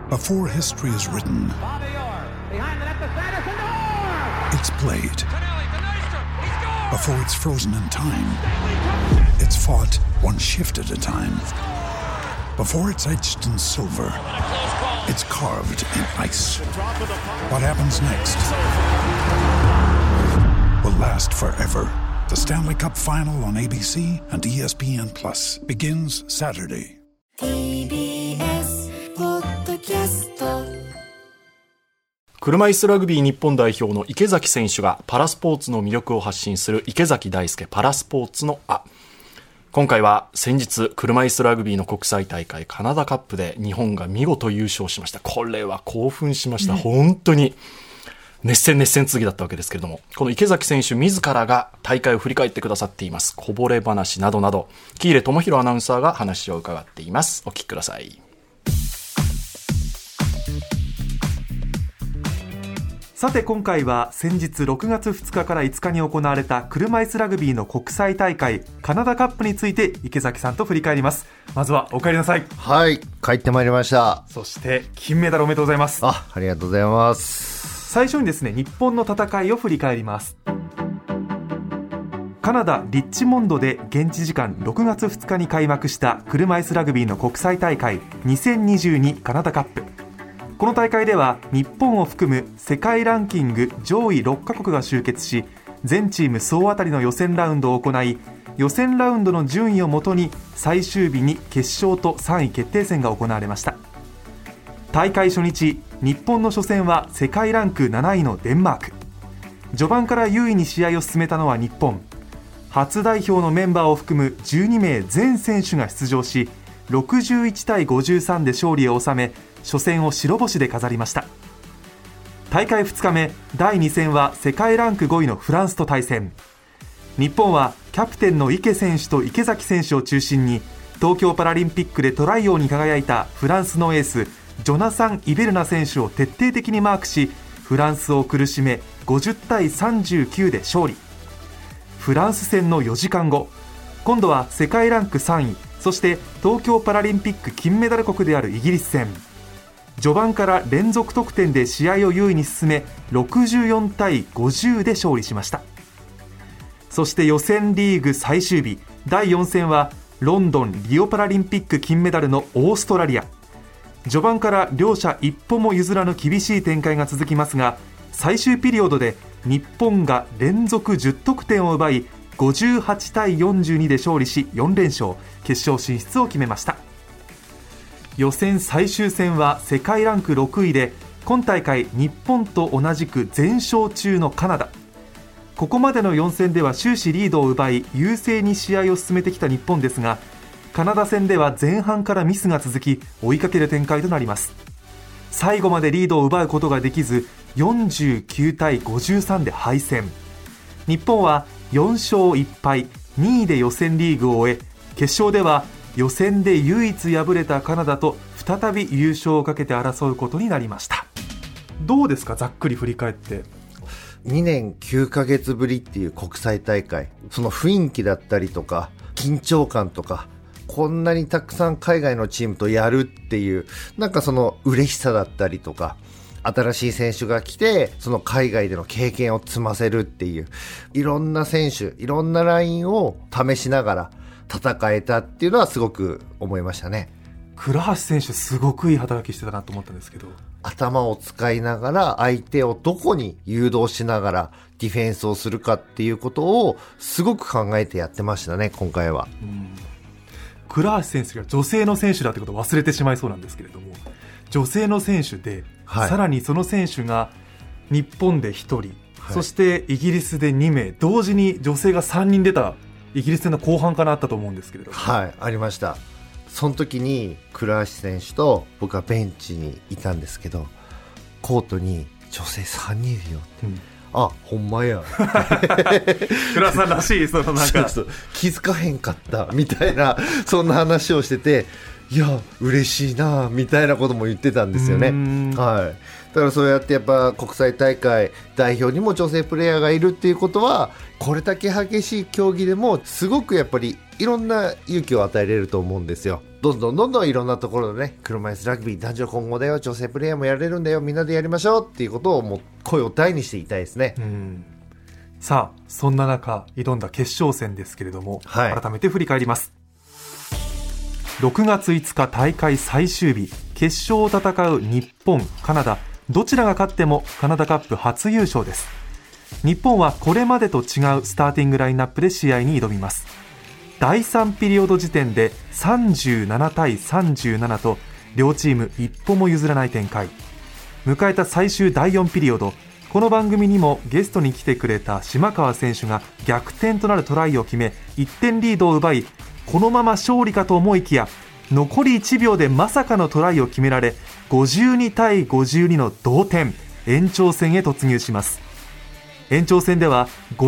Before history is written, it's played. Before it's frozen in time, it's fought one shift at a time. Before it's etched in silver, it's carved in ice. What happens next will last forever. The Stanley Cup Final on ABC and ESPN Plus begins Saturday. TBS ポッドキャスト。 車椅子ラグビー日本代表の池崎選手がパラスポーツの魅力を発信する池崎大輔パラスポーツの今回は先日車椅子ラグビーの国際大会カナダカップで日本が見事優勝しました。これは興奮しました。本当に熱戦続きだったわけですけれども、この池崎選手自らが大会を振り返ってくださっています。こぼれ話などなど、喜入智弘アナウンサーが話を伺っています。お聞きください。 さて今回は先日6月2日から5日に行われた車椅子ラグビーの国際大会カナダカップについて池崎さんと振り返ります。まずはお帰りなさい。 はい、帰ってまいりました。 そして金メダルおめでとうございます。 ありがとうございます。 最初にですね、日本の戦いを振り返ります。カナダ・リッチモンドで現地時間6月2日に開幕した車椅子ラグビーの国際大会2022カナダカップ。この大会では日本を含む世界ランキング上位6カ国が集結し、全チーム総当たりの予選ラウンドを行い、予選ラウンドの順位をもとに最終日に決勝と3位決定戦が行われました。大会初日、日本の初戦は世界ランク7位のデンマーク。序盤から優位に試合を進めたのは日本。初代表のメンバーを含む12名全選手が出場し、61対53で勝利を収め、初戦を白星で飾りました。大会2日目、第2戦は世界ランク5位のフランスと対戦。日本はキャプテンの池選手と池崎選手を中心に、東京パラリンピックでトライ王に輝いたフランスのエースジョナサン・イベルナ選手を徹底的にマークし、フランスを苦しめ50対39で勝利。フランス戦の4時間後、今度は世界ランク3位、そして東京パラリンピック金メダル国であるイギリス戦。序盤から連続得点で試合を優位に進め、64対50で勝利しました。そして予選リーグ最終日、第4戦はロンドン・リオパラリンピック金メダルのオーストラリア。序盤から両者一歩も譲らぬ厳しい展開が続きますが、最終ピリオドで日本が連続10得点を奪い、58対42で勝利し4連勝、決勝進出を決めました。予選最終戦は世界ランク6位で、今大会日本と同じく全勝中のカナダ。ここまでの4戦では終始リードを奪い、優勢に試合を進めてきた日本ですが、カナダ戦では前半からミスが続き、追いかける展開となります。最後までリードを奪うことができず、49対53で敗戦。日本は4勝1敗2位で予選リーグを終え、決勝では予選で唯一敗れたカナダと再び優勝をかけて争うことになりました。どうですか、ざっくり振り返って。 2年9ヶ月ぶりっていう国際大会、その雰囲気だったりとか緊張感とか、こんなにたくさん海外のチームとやるっていう、なんかその嬉しさだったりとか、新しい選手が来てその海外での経験を積ませるっていう、いろんな選手、いろんなラインを試しながら戦えたっていうのはすごく思いましたね。 倉橋選手すごくいい働きしてたなと思ったんですけど、 頭を使いながら相手をどこに誘導しながらディフェンスをするかっていうことをすごく考えてやってましたね、今回は。 倉橋選手が女性の選手だってことを忘れてしまいそうなんですけれども、女性の選手で、さらにその選手が日本で1人、そしてイギリスで2名、同時に女性が3人出たイギリス戦の後半からあったと思うんですけれども、 ありました。その時に倉橋選手と僕はベンチにいたんですけど、コートに女性3人いるよって、あ、ほんまや倉さんらしい、そのなんかそう気づかへんかったみたいなそんな話をしてて、いや嬉しいなみたいなことも言ってたんですよね。だからそうやってやっぱ国際大会代表にも女性プレイヤーがいるっていうことは、これだけ激しい競技でもすごくやっぱりいろんな勇気を与えれると思うんですよ。 どんどんいろんなところでね、車椅子ラグビー男女混合だよ、女性プレイヤーもやれるんだよ、みんなでやりましょうっていうことをもう声を大にして言いたいですね。 さあそんな中挑んだ決勝戦ですけれども、改めて振り返ります。6月5日大会最終日、決勝を戦う日本、カナダ、どちらが勝ってもカナダカップ初優勝です。日本はこれまでと違うスターティングラインナップで試合に挑みます。第3ピリオド時点で37対37と両チーム一歩も譲らない展開。迎えた最終第4ピリオド、この番組にもゲストに来てくれた島川選手が逆転となるトライを決め1点リードを奪い、このまま勝利かと思いきや残り1秒でまさかのトライを決められ52対52の同点、延長戦へ突入します。延長戦では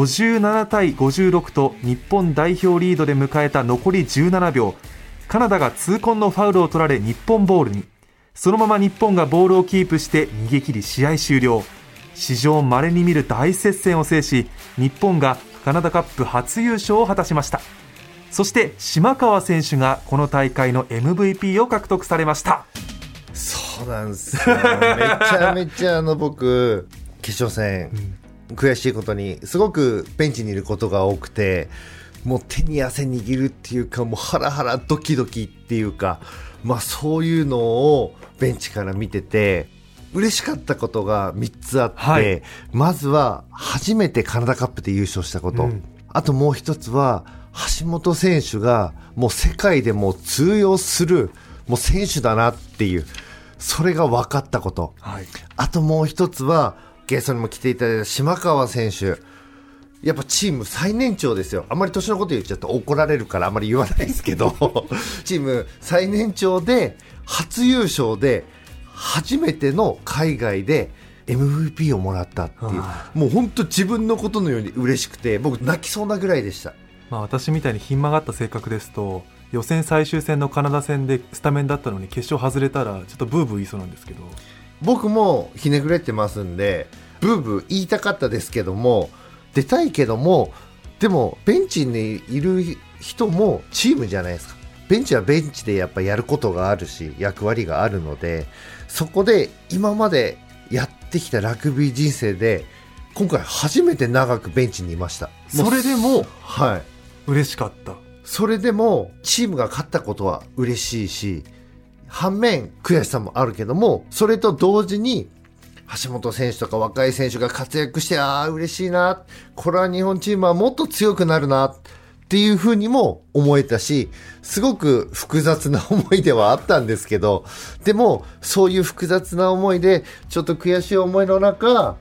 57対56と日本代表リードで迎えた残り17秒、カナダが痛恨のファウルを取られ日本ボールに。そのまま日本がボールをキープして逃げ切り試合終了。史上稀に見る大接戦を制し、日本がカナダカップ初優勝を果たしました。そして島川選手がこの大会の MVP を獲得されました。 そうなんですよ。めちゃめちゃ僕決勝戦、悔しいことにすごくベンチにいることが多くて、もう手に汗握るっていうか、もうハラハラドキドキっていうか、そういうのをベンチから見てて嬉しかったことが3つあって、まずは初めてカナダカップで優勝したこと、あともう一つは橋本選手がもう世界でも通用するもう選手だなっていう、それが分かったこと、あともう一つはゲストにも来ていただいた島川選手、やっぱチーム最年長ですよ。あんまり年のこと言っちゃうと怒られるからあんまり言わないですけどチーム最年長で初優勝で初めての海外で MVP をもらったっていう、もう本当自分のことのように嬉しくて、僕泣きそうなぐらいでした。 私みたいにひん曲がった性格ですと、予選最終戦のカナダ戦でスタメンだったのに決勝外れたらちょっとブーブー言いそうなんですけど、 僕もひねくれてますんでブーブー言いたかったですけども、出たいけども、でもベンチにいる人もチームじゃないですか。ベンチはベンチでやっぱやることがあるし役割があるので、そこで今までやってきたラグビー人生で今回初めて長くベンチにいました。 それでも嬉しかった。 それでもチームが勝ったことは嬉しいし、反面悔しさもあるけども、それと同時に橋本選手とか若い選手が活躍して、嬉しいな、これは日本チームはもっと強くなるなっていう風にも思えたし、すごく複雑な思いではあったんですけど、でもそういう複雑な思いでちょっと悔しい思いの中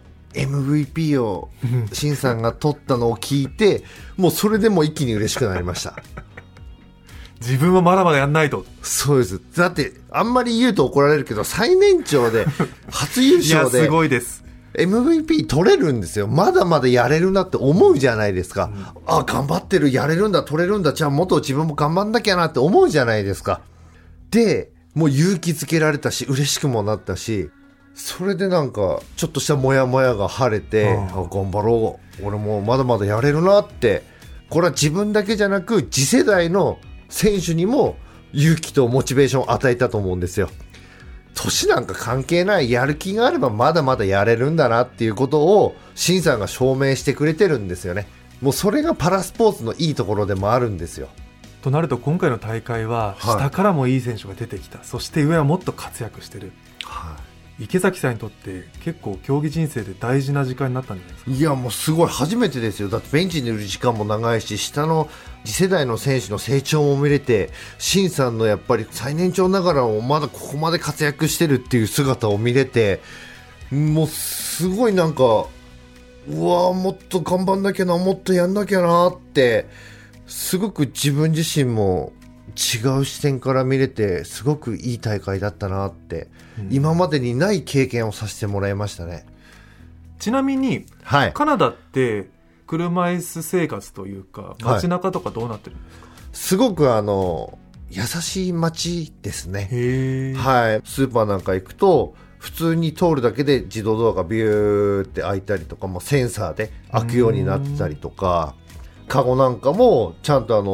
MVP をシンさんが取ったのを聞いてもうそれでも一気に嬉しくなりました自分はまだまだやんないと。 そうです。だってあんまり言うと怒られるけど、最年長で初優勝でいやすごいです。 MVP 取れるんですよ。まだまだやれるなって思うじゃないですか、頑張ってる、やれるんだ、取れるんだ、じゃあもっと自分も頑張んなきゃなって思うじゃないですか。でもう勇気づけられたし嬉しくもなったし、それでなんかちょっとしたモヤモヤが晴れて、頑張ろう、俺もまだまだやれるなって、これは自分だけじゃなく次世代の選手にも勇気とモチベーションを与えたと思うんですよ。年なんか関係ない、やる気があればまだまだやれるんだなっていうことをシンさんが証明してくれてるんですよね。もうそれがパラスポーツのいいところでもあるんですよ。 となると今回の大会は下からもいい選手が出てきた、そして上はもっと活躍してる、池崎さんにとって結構競技人生で大事な時間になったんじゃないですか。 いやもうすごい初めてですよ。だってベンチにいる時間も長いし、下の次世代の選手の成長も見れて、シンさんのやっぱり最年長ながらもまだここまで活躍してるっていう姿を見れて、もうすごいなんか、うわもっと頑張んなきゃな、もっとやんなきゃなって、すごく自分自身も違う視点から見れて、すごくいい大会だったなって、今までにない経験をさせてもらいましたね。 ちなみに、カナダって車椅子生活というか街中とかどうなってるんですか。 すごく優しい街ですね。スーパーなんか行くと普通に通るだけで自動ドアがビューって開いたりとか、センサーで開くようになったりとか、カゴなんかもちゃんと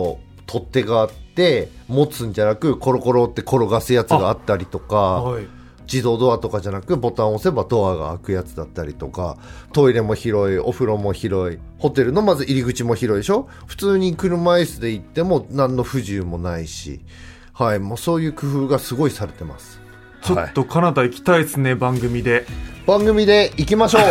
取っ手があって持つんじゃなくコロコロって転がすやつがあったりとか、 はい、 自動ドアとかじゃなくボタンを押せばドアが開くやつだったりとか、トイレも広い、お風呂も広い、ホテルのまず入り口も広いでしょ。普通に車椅子で行っても何の不自由もないし、はい、もうそういう工夫がすごいされてます。 ちょっとカナダ行きたいですね、番組で行きましょう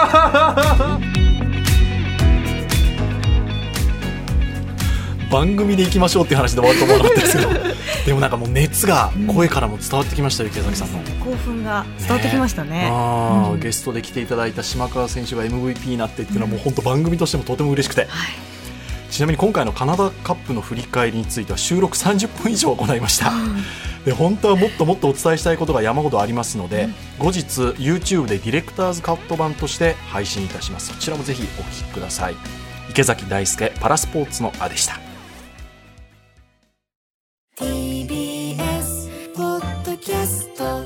番組で行きましょうっていう話で終わると思わなかったですけどでもなんかもう熱が声からも伝わってきましたよ、池崎さんの興奮が伝わってきましたね。 ゲストで来ていただいた島川選手が MVP になってっていうのはもう本当番組としてもとても嬉しくて、ちなみに今回のカナダカップの振り返りについては収録30分以上行いました、で本当はもっともっとお伝えしたいことが山ほどありますので、後日 YouTube でディレクターズカット版として配信いたします。そちらもぜひお聞きください。池崎大輔パラスポーツのあでした。 TBS ポッドキャスト